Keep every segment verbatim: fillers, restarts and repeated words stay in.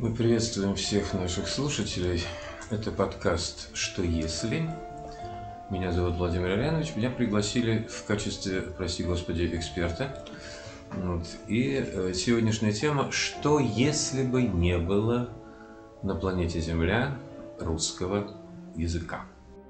Мы приветствуем всех наших слушателей. Это подкаст «Что если?». Меня зовут Владимир Алянович. Меня пригласили в качестве, прости господи, эксперта. Вот. И сегодняшняя тема «Что если бы не было на планете Земля русского языка?».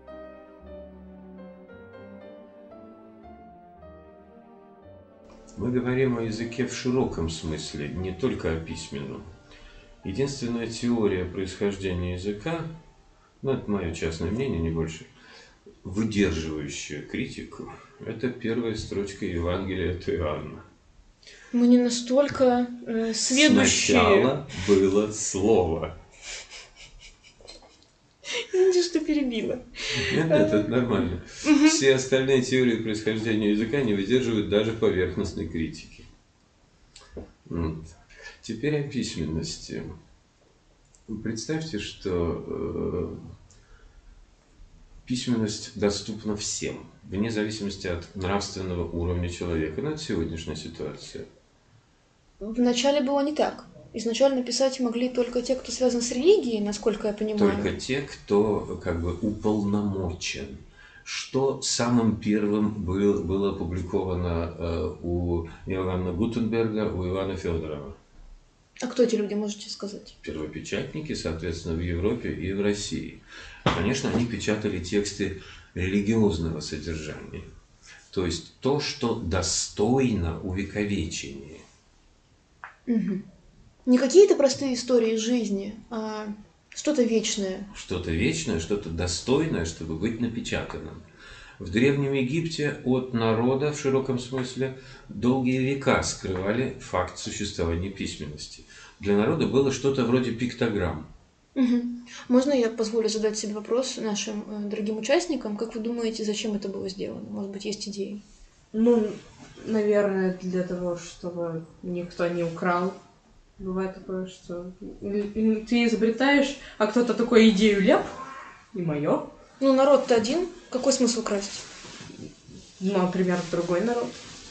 Мы говорим о языке в широком смысле, не только о письменном. Единственная теория происхождения языка, ну это мое частное мнение, не больше, выдерживающая критику, это первая строчка Евангелия от Иоанна. Мы не настолько э, сведущие. Сначала было слово. Видишь, что перебила. Нет, нет, это нормально. Все остальные теории происхождения языка не выдерживают даже поверхностной критики. Вот. Теперь о письменности. Представьте, что э, письменность доступна всем, вне зависимости от нравственного уровня человека. Ну, это сегодняшняя ситуация. Вначале было не так. Изначально писать могли только те, кто связан с религией, насколько я понимаю. Только те, кто как бы уполномочен. Что самым первым был, было опубликовано э, у Иоганна Гутенберга, у Ивана Федорова? А кто эти люди, можете сказать? Первопечатники, соответственно, в Европе и в России. Конечно, они печатали тексты религиозного содержания. То есть то, что достойно увековечения. Угу. Не какие-то простые истории жизни, а что-то вечное. Что-то вечное, что-то достойное, чтобы быть напечатанным. В Древнем Египте от народа, в широком смысле, долгие века скрывали факт существования письменности. Для народа было что-то вроде пиктограмм. Угу. Можно я позволю задать себе вопрос нашим э, дорогим участникам? Как вы думаете, зачем это было сделано? Может быть, есть идеи? Ну, наверное, для того, чтобы никто не украл. Бывает такое, что ты изобретаешь, а кто-то такой идею ляп, и моё. Ну, народ-то один. Какой смысл красть? Ну, например, другой народ.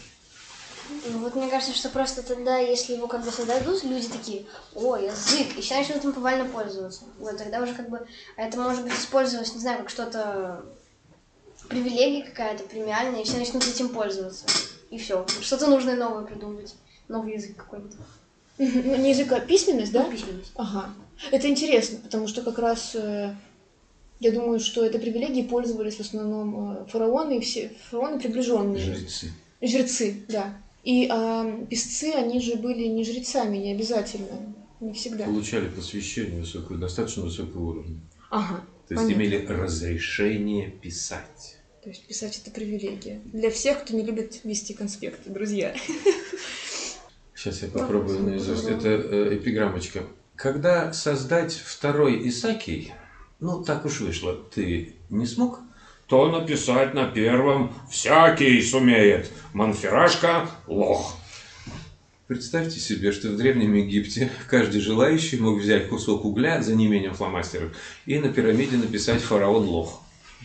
Ну вот мне кажется, что просто тогда, если его как бы создадут, люди такие: о, язык, и все начнут им повально пользоваться. Вот тогда уже как бы, а это может быть использовалось, не знаю, как что-то, привилегия какая-то, премиальная, и все начнут этим пользоваться. И все. Что-то нужное новое придумывать. Новый язык какой-то. Ну, не язык, а письменность, да? Ну, письменность. Ага. Это интересно, потому что как раз э, я думаю, что этой привилегией пользовались в основном э, фараоны и все фараоны приближенные. Жрецы. Жрецы, да. И э, писцы, они же были не жрецами, не обязательно, не всегда. Получали посвящение высокого, достаточно высокого уровня. Ага. То есть понятно. имели разрешение писать. То есть писать это привилегия. Для всех, кто не любит вести конспекты, друзья. Сейчас я попробую наизусть. Это э, эпиграммочка. Когда создать второй Исакий, ну так уж вышло, ты не смог, то написать на первом всякий сумеет. Манферашка – лох. Представьте себе, что в Древнем Египте каждый желающий мог взять кусок угля за неимением фломастеров и на пирамиде написать «фараон лох».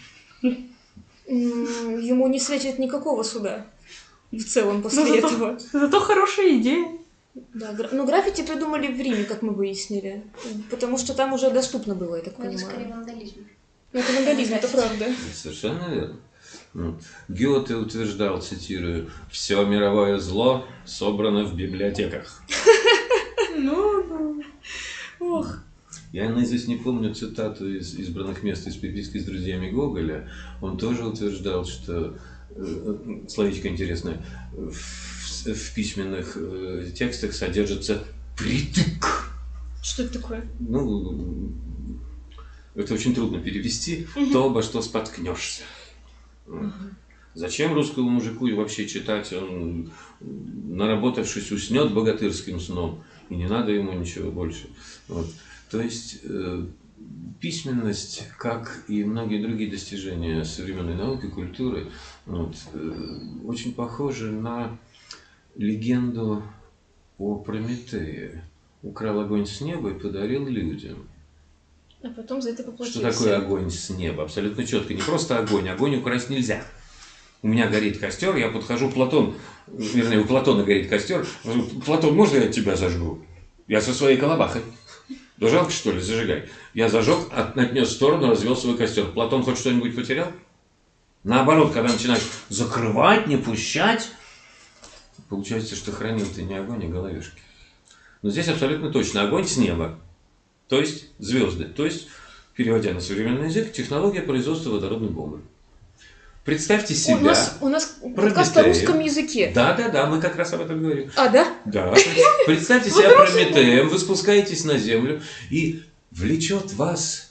Ему не светит никакого суда. В целом после Но зато, этого. Зато хорошая идея. Да, гра... ну граффити придумали в Риме, как мы выяснили. Потому что там уже доступно было, я так Ну, это понимаю. скорее вандализм. Ну, это вандализм, это правда. Совершенно верно. Ну, Гёте утверждал, цитирую, «Все мировое зло собрано в библиотеках». Ну, Ох. Я наизусть не помню цитату из избранных мест из переписки с друзьями Гоголя. Он тоже утверждал, что, э, словечко интересное, в, в письменных э, текстах содержится притык. Что это такое? Ну, это очень трудно перевести. То, обо что споткнешься. Зачем русскому мужику и вообще читать? Он, наработавшись, уснет богатырским сном, и не надо ему ничего больше. Вот. То есть э, письменность, как и многие другие достижения современной науки, культуры, вот, э, очень похожи на легенду о Прометее. Украл огонь с неба и подарил людям. А потом за это поплатился. Что такое огонь с неба? Абсолютно четко. Не просто огонь. Огонь украсть нельзя. У меня горит костер, я подхожу, Платон, вернее, у Платона горит костер. Платон, можно я тебя зажгу? Я со своей колобахой. Да жалко, что ли, зажигай. Я зажег, отнес в сторону, развел свой костер. Платон хоть что-нибудь потерял? Наоборот, когда начинаешь закрывать, не пущать, получается, что хранил ты не огонь, а головешки. Но здесь абсолютно точно огонь с неба, то есть звезды, то есть, переводя на современный язык, технология производства водородной бомбы. Представьте себя. У нас, у нас подкаст на русском языке. Да, да, да, мы как раз об этом говорим. А, да? Да. Представьте себя Прометеем, вы спускаетесь на землю, и влечет вас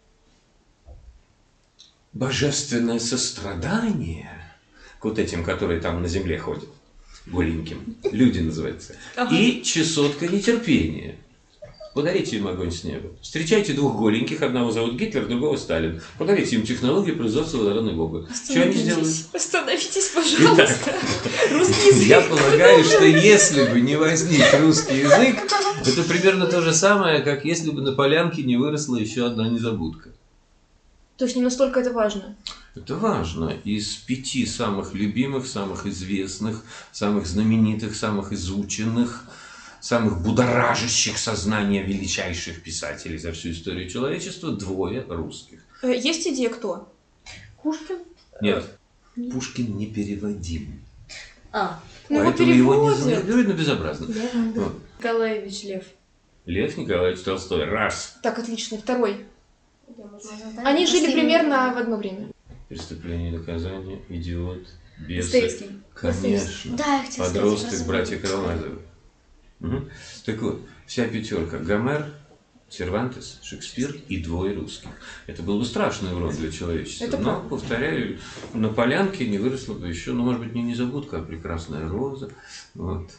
божественное сострадание к вот этим, которые там на земле ходят, голеньким, люди называются, Ага. и чесотка нетерпения. Подарите им огонь с неба. Встречайте двух голеньких, одного зовут Гитлер, другого Сталин. Подарите им технологию производства водородной бомбы. Что они сделают? Остановитесь, пожалуйста. Русский язык. Я полагаю, что если бы не возник русский язык, это примерно то же самое, как если бы на полянке не выросла еще одна незабудка. То есть не настолько это важно. Это важно. Из пяти самых любимых, самых известных, самых знаменитых, самых изученных, самых будоражащих сознание величайших писателей за всю историю человечества двое русских. Э, Есть идея, кто? Пушкин? Нет, Пушкин не переводим. А, Ну, его Поэтому его не переводят. видно безобразно. Вот. Николаевич Лев. Лев Николаевич Толстой. Раз. Так, отлично. Второй. Я, возможно, знаю. Они жили Последний. примерно в одно время. Преступление и наказание. Идиот. Бесы. Достоевский. Конечно. Да, я хотела сказать, Подросток, раз- братья Карамазовы. Угу. Так вот, вся пятерка. Гомер, Сервантес, Шекспир и двое русских. Это был бы страшный урон для человечества. Это Но, правда. повторяю, на полянке не выросла бы еще, ну, может быть, не незабудка, а прекрасная роза. Вот.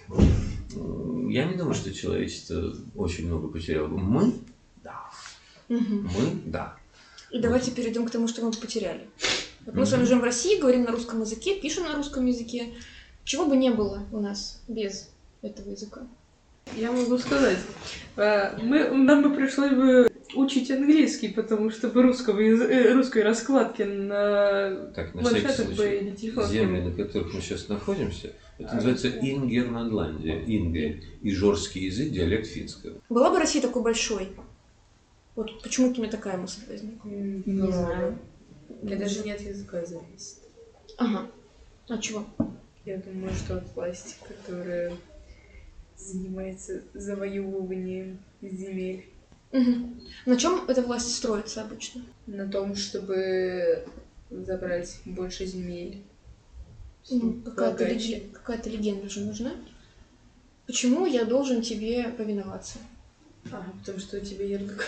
Я не думаю, что человечество очень много потеряло. Мы? Да. Мгм. Мы? Да. И давайте перейдем к тому, что мы потеряли. Вот мы с вами живем в России, говорим на русском языке, пишем на русском языке. Чего бы не было у нас без этого языка? Я могу сказать, э, мы, нам бы пришлось бы учить английский, потому что бы русского язы- э, русской раскладки на Так, на всякий планшетах бы случай. или телефонах не Земли, было. на которых мы сейчас находимся, это называется Ингерманландия, Ингель, ижорский язык, диалект финского. Была бы Россия такой большой? Вот почему-то у меня такая мысль возникла. Не знаю. Это же не от языка зависит. Ага. А чего? Я думаю, что от власти, которая занимается завоевыванием земель. Мгм. На чем эта власть строится обычно? На том, чтобы забрать больше земель. Ну, какая-то, Богаче. леге- какая-то легенда же нужна. Почему я должен тебе повиноваться? Ага, потому что у тебя ярлык.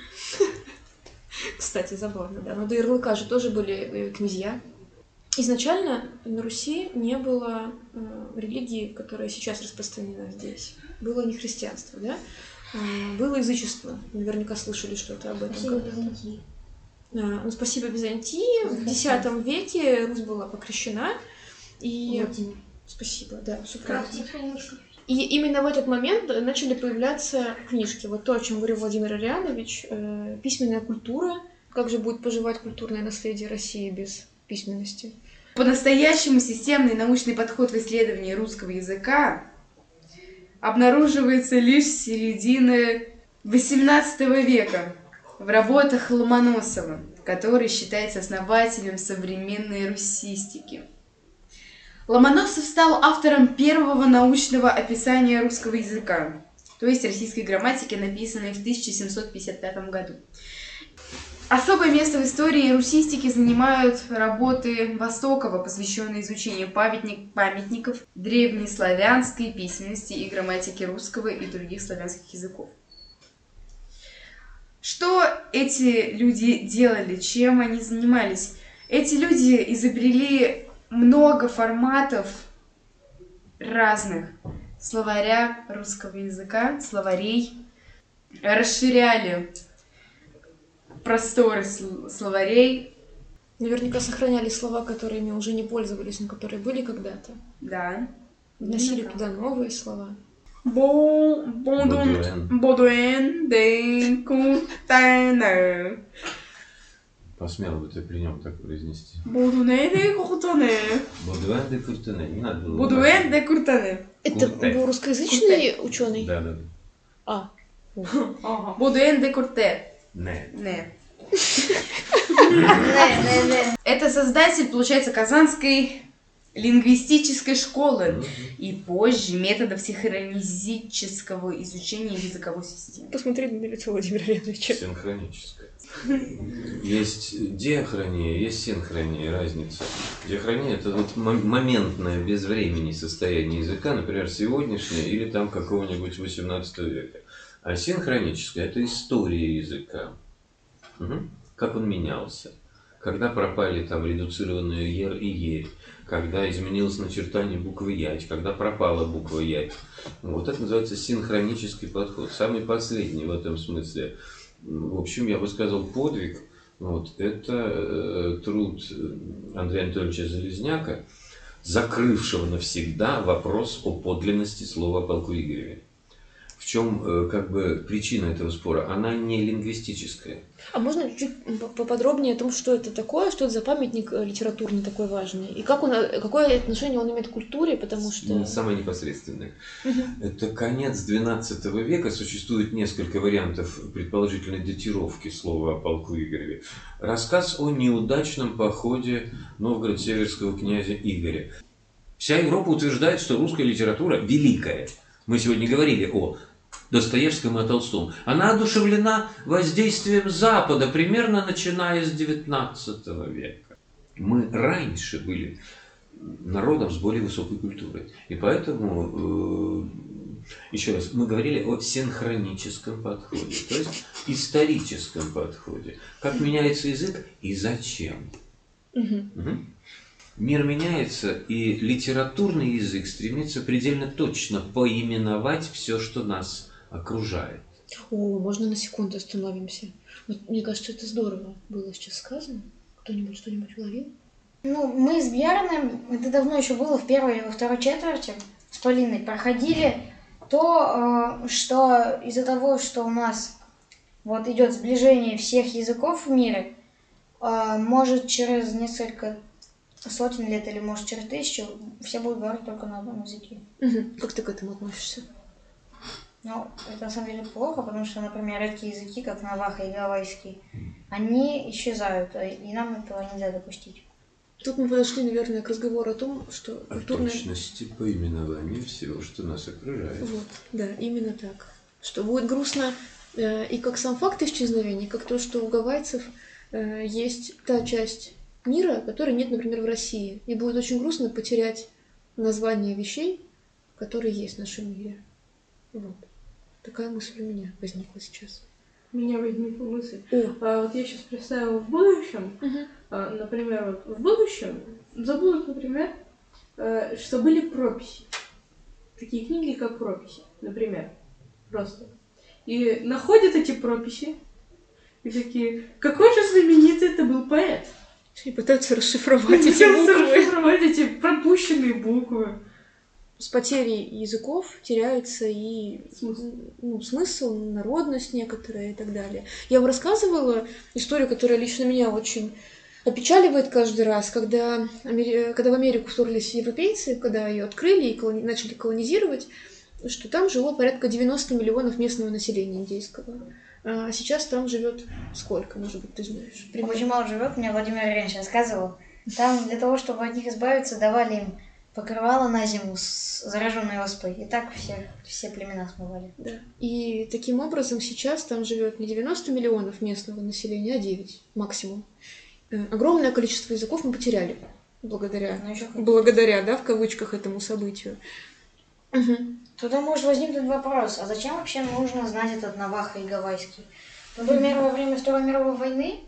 Кстати, забавно, да. Но до ярлыка же тоже были э, князья. Изначально на Руси не было э, религии, которая сейчас распространена здесь. Было не христианство, да? Э, было язычество. Наверняка слышали что-то об этом. Спасибо, когда-то. Византии. А, ну, спасибо Византии. В десятом веке Русь была покрещена. И... Владимир. Спасибо, да, все Как правильно. тихонечко. И именно в этот момент начали появляться книжки. Вот то, о чем говорил Владимир Арианович, э, письменная культура. Как же будет поживать культурное наследие России без письменности? По-настоящему системный научный подход в исследовании русского языка обнаруживается лишь с середины восемнадцатого века в работах Ломоносова, который считается основателем современной русистики. Ломоносов стал автором первого научного описания русского языка, то есть российской грамматики, написанной в тысяча семьсот пятьдесят пятом году. Особое место в истории русистики занимают работы Востокова, посвященные изучению памятник, памятников древнеславянской письменности и грамматики русского и других славянских языков. Что эти люди делали, чем они занимались? Эти люди изобрели много форматов разных словаря русского языка, словарей, расширяли просторы сл- словарей, Наверняка сохраняли слова, которыми уже не пользовались, но которые были когда-то. да. Вносили Именно туда новые слова. Бон, бондун, Бодуэн. бодуэн, ден, кутайне. Посмел бы ты при нем так произнести. Бодуэн де куртане. Бодуэн де Куртене. Не надо было. Бодуэн де куртане. Это Курте. был русскоязычный ученый? Да, да. А, Ага. Будуэн де Курте. Не. Не. Не, не, не. Это создатель, получается, Казанской лингвистической школы и позже методов синхронизического изучения языковой системы. Посмотри на лицо Владимира Леонидовича. Синхроническое. Есть диахрония, есть синхрония, разница. Диахрония – это вот м- моментное, без времени состояние языка, например, сегодняшнее или там какого-нибудь восемнадцатого века. А синхроническое – это история языка. Угу. Как он менялся. Когда пропали там редуцированные ер и ерь, когда изменилось начертание буквы ять, когда пропала буква ять. Вот это называется синхронический подход. Самый последний в этом смысле. В общем, я бы сказал, подвиг. Вот, это э, труд Андрея Анатольевича Залезняка, закрывшего навсегда вопрос о подлинности слова о полку Игореве. В чем э, как бы причина этого спора? Она не лингвистическая. А можно чуть поподробнее о том, что это такое, что это за памятник литературный такой важный, и как он, какое отношение он имеет к культуре, потому что... Самое непосредственное. Угу. Это конец двенадцатого века, существует несколько вариантов предположительной датировки слова о полку Игореве. Рассказ о неудачном походе новгород-северского князя Игоря. Вся Европа утверждает, что русская литература великая. Мы сегодня говорили о Достоевском и о Толстом. Она одушевлена воздействием Запада, примерно начиная с девятнадцатого века. Мы раньше были народом с более высокой культурой. И поэтому, э, еще раз, мы говорили о синхроническом подходе, то есть историческом подходе. Как меняется язык и зачем. Угу. Угу. Мир меняется, и литературный язык стремится предельно точно поименовать все, что нас окружает. О, можно на секунду остановимся? Вот, мне кажется, это здорово было сейчас сказано. Кто-нибудь что-нибудь уловил? Ну, мы с Бьярном, это давно еще было, в первой или во второй четверти, с Полиной проходили то, э, что из-за того, что у нас вот идет сближение всех языков в мире, э, может через несколько сотен лет или может через тысячу все будут говорить только на одном языке. Угу. Как ты к этому относишься? Ну, это на самом деле плохо, потому что, например, редкие языки, как наваха и гавайский, они исчезают, и нам этого нельзя допустить. Тут мы подошли, наверное, к разговору о том, что О культурная... точности поименования всего, что нас окружает. Вот, да, именно так. Что будет грустно э, и как сам факт исчезновения, как то, что у гавайцев э, есть та часть мира, которой нет, например, в России. И будет очень грустно потерять название вещей, которые есть в нашем мире. Вот. Такая мысль у меня возникла сейчас. У меня возникла мысль. О. А, вот я сейчас представила в будущем, Угу. а, например, вот в будущем забудут, например, э, что были прописи. Такие книги, как прописи, например. Просто. И находят эти прописи, и такие, какой же знаменитый это был поэт. И пытаются расшифровать эти Пытаются буквы. расшифровать эти пропущенные буквы. С потерей языков теряется и Смысл. ну, смысл, народность некоторая и так далее. Я вам рассказывала историю, которая лично меня очень опечаливает каждый раз, когда, Амери... когда в Америку вторглись европейцы, когда ее открыли и колони... начали колонизировать, что там жило порядка девяносто миллионов местного населения индейского. А сейчас там живет сколько, может быть, ты знаешь? Примерно. Очень мало живет, мне Владимир раньше рассказывал. Там для того, чтобы от них избавиться, давали им покрывало на зиму с зараженной оспой. И так все, все племена смывали. Да. И таким образом сейчас там живет не девяносто миллионов местного населения, а девять максимум. Э, Огромное количество языков мы потеряли благодаря, Ну, ещё как- благодаря, да, в кавычках, этому событию. Угу. Туда может возникнуть вопрос, а зачем вообще нужно знать этот наваха и гавайский? Например, во время Второй мировой войны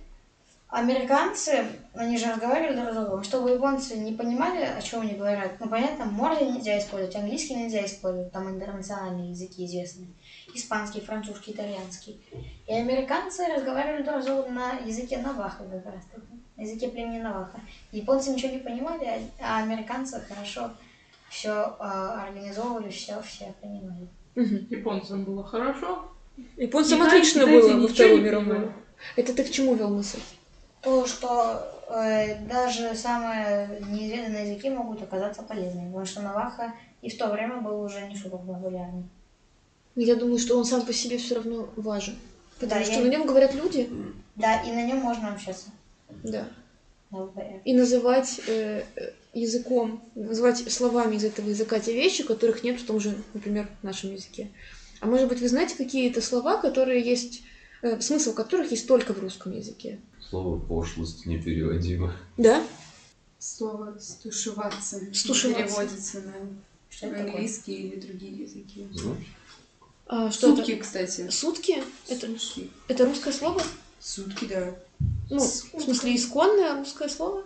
американцы, они же разговаривали друг с другом, чтобы японцы не понимали, о чем они говорят. Ну, понятно, морли нельзя использовать, английский нельзя использовать, там интернациональные языки известные. Испанский, французский, итальянский. И американцы разговаривали друг с другом на языке наваха как раз таки, на языке племени наваха. Японцы ничего не понимали, а американцы хорошо все э, организовывали, все, все понимали. Угу. Японцам было хорошо. Японцам Китай- отлично китайцы было во ничего Второй не мировой. понимали. Это ты к чему вел мысль? То, что э, даже самые неизведанные языки могут оказаться полезными, потому что наваха и в то время был уже не супер популярным. Но я думаю, что он сам по себе все равно важен. Потому Да, что я- на нем говорят люди, Да, и на нем можно общаться. да. На вэ пэ эр. И называть э, э, языком, называть словами из этого языка те вещи, которых нет в том же, например, нашем языке. А может быть, вы знаете какие-то слова, которые есть, э, смысл которых есть только в русском языке? Слово пошлость непереводимо. Да? Слово «стушеваться» Стушеваться. переводится на Что это такое? английский или другие языки. Ну, А, что Сутки, это? кстати. Сутки? Это, Сутки. это русское слово? Сутки, да. Ну, в смысле, исконное русское слово?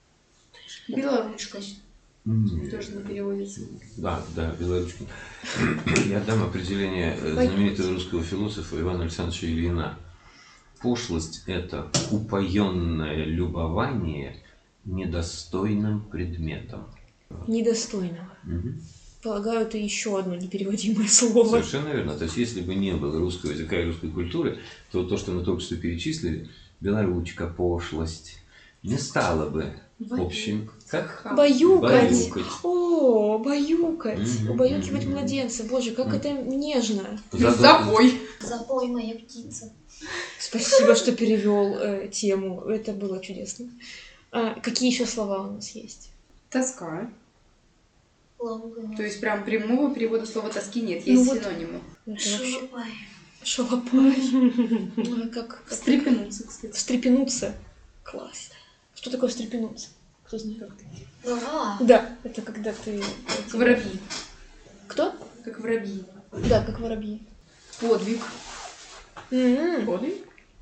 Белоручка м, тоже не переводится. Да, да, белоручки. Я дам определение э, знаменитого русского философа Ивана Александровича Ильина. Пошлость – это упоенное любование недостойным предметом. Недостойно. Мгм. Полагаю, это еще одно непереводимое слово. Совершенно верно. То есть, если бы не было русского языка и русской культуры, то то, что мы только что перечислили, белоручка, пошлость, не стало бы общим. Как? Баюкать. Баюкать. О, баюкать. Мгм, Убаюкивать мгм. младенца. Боже, как это нежно. Задо- Запой. Запой, моя птица. Спасибо, что перевел э, тему. Это было чудесно. А, какие еще слова у нас есть? Тоска. Ломка. То есть прям прямого перевода слова тоски нет, Ну есть вот. синонимы. Это вообще Шалопай. шалопай. А, Как Встрепенуться, кстати. встрепенуться. Класс. Что такое встрепенуться? Кто знает? Ура. Да, это когда ты... Как воробьи. Кто? Как воробьи. Да, как воробьи. Подвиг. М-м. Подвиг?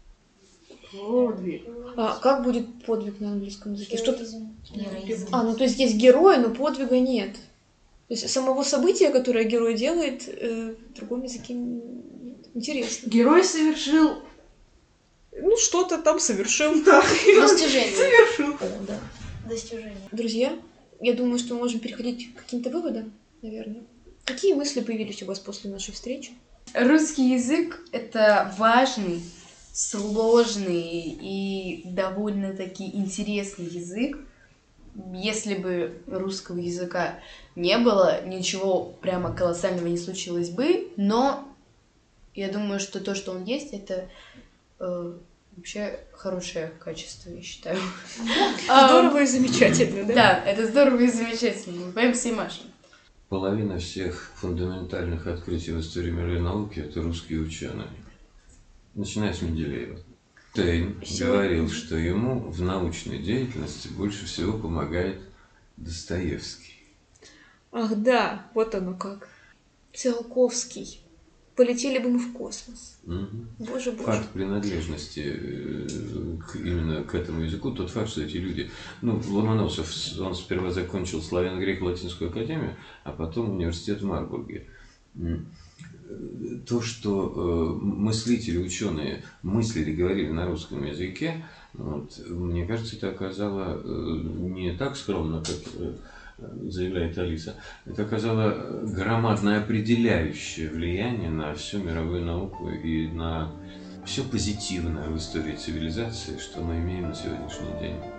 Подвиг. А как будет подвиг на английском языке? Что-то... Героизм. А, ну то есть есть герой, но подвига нет. То есть самого события, которое герой делает, э, в другом языке нет. Интересно. Герой совершил... Ну, что-то там совершил. Достижение. Совершил. О, да. Достижение. Друзья, я думаю, что мы можем переходить к каким-то выводам, наверное. Какие мысли появились у вас после нашей встречи? Русский язык — это важный, сложный и довольно-таки интересный язык. Если бы русского языка не было, ничего прямо колоссального не случилось бы, но я думаю, что то, что он есть, это э, вообще хорошее качество, я считаю. Здорово и замечательно, да? Да, это здорово и замечательно. Пэмси и Маша. Половина всех фундаментальных открытий в истории мировой науки – это русские ученые. Начиная с Менделеева. Штейн говорил, что ему в научной деятельности больше всего помогает Достоевский. Ах да, вот оно как. Циолковский. Полетели бы мы в космос. Мгм. Боже, боже. Факт принадлежности э, к- именно к этому языку, тот факт, что эти люди... Ну, Ломоносов, с- он сперва закончил славяно-греко-латинскую академию, а потом университет в Марбурге. М. Э, То, что э, мыслители, ученые мыслили, говорили на русском языке, вот, мне кажется, это оказало э, не так скромно, как э, заявляет Алиса, это оказало громадное определяющее влияние на всю мировую науку и на все позитивное в истории цивилизации, что мы имеем на сегодняшний день.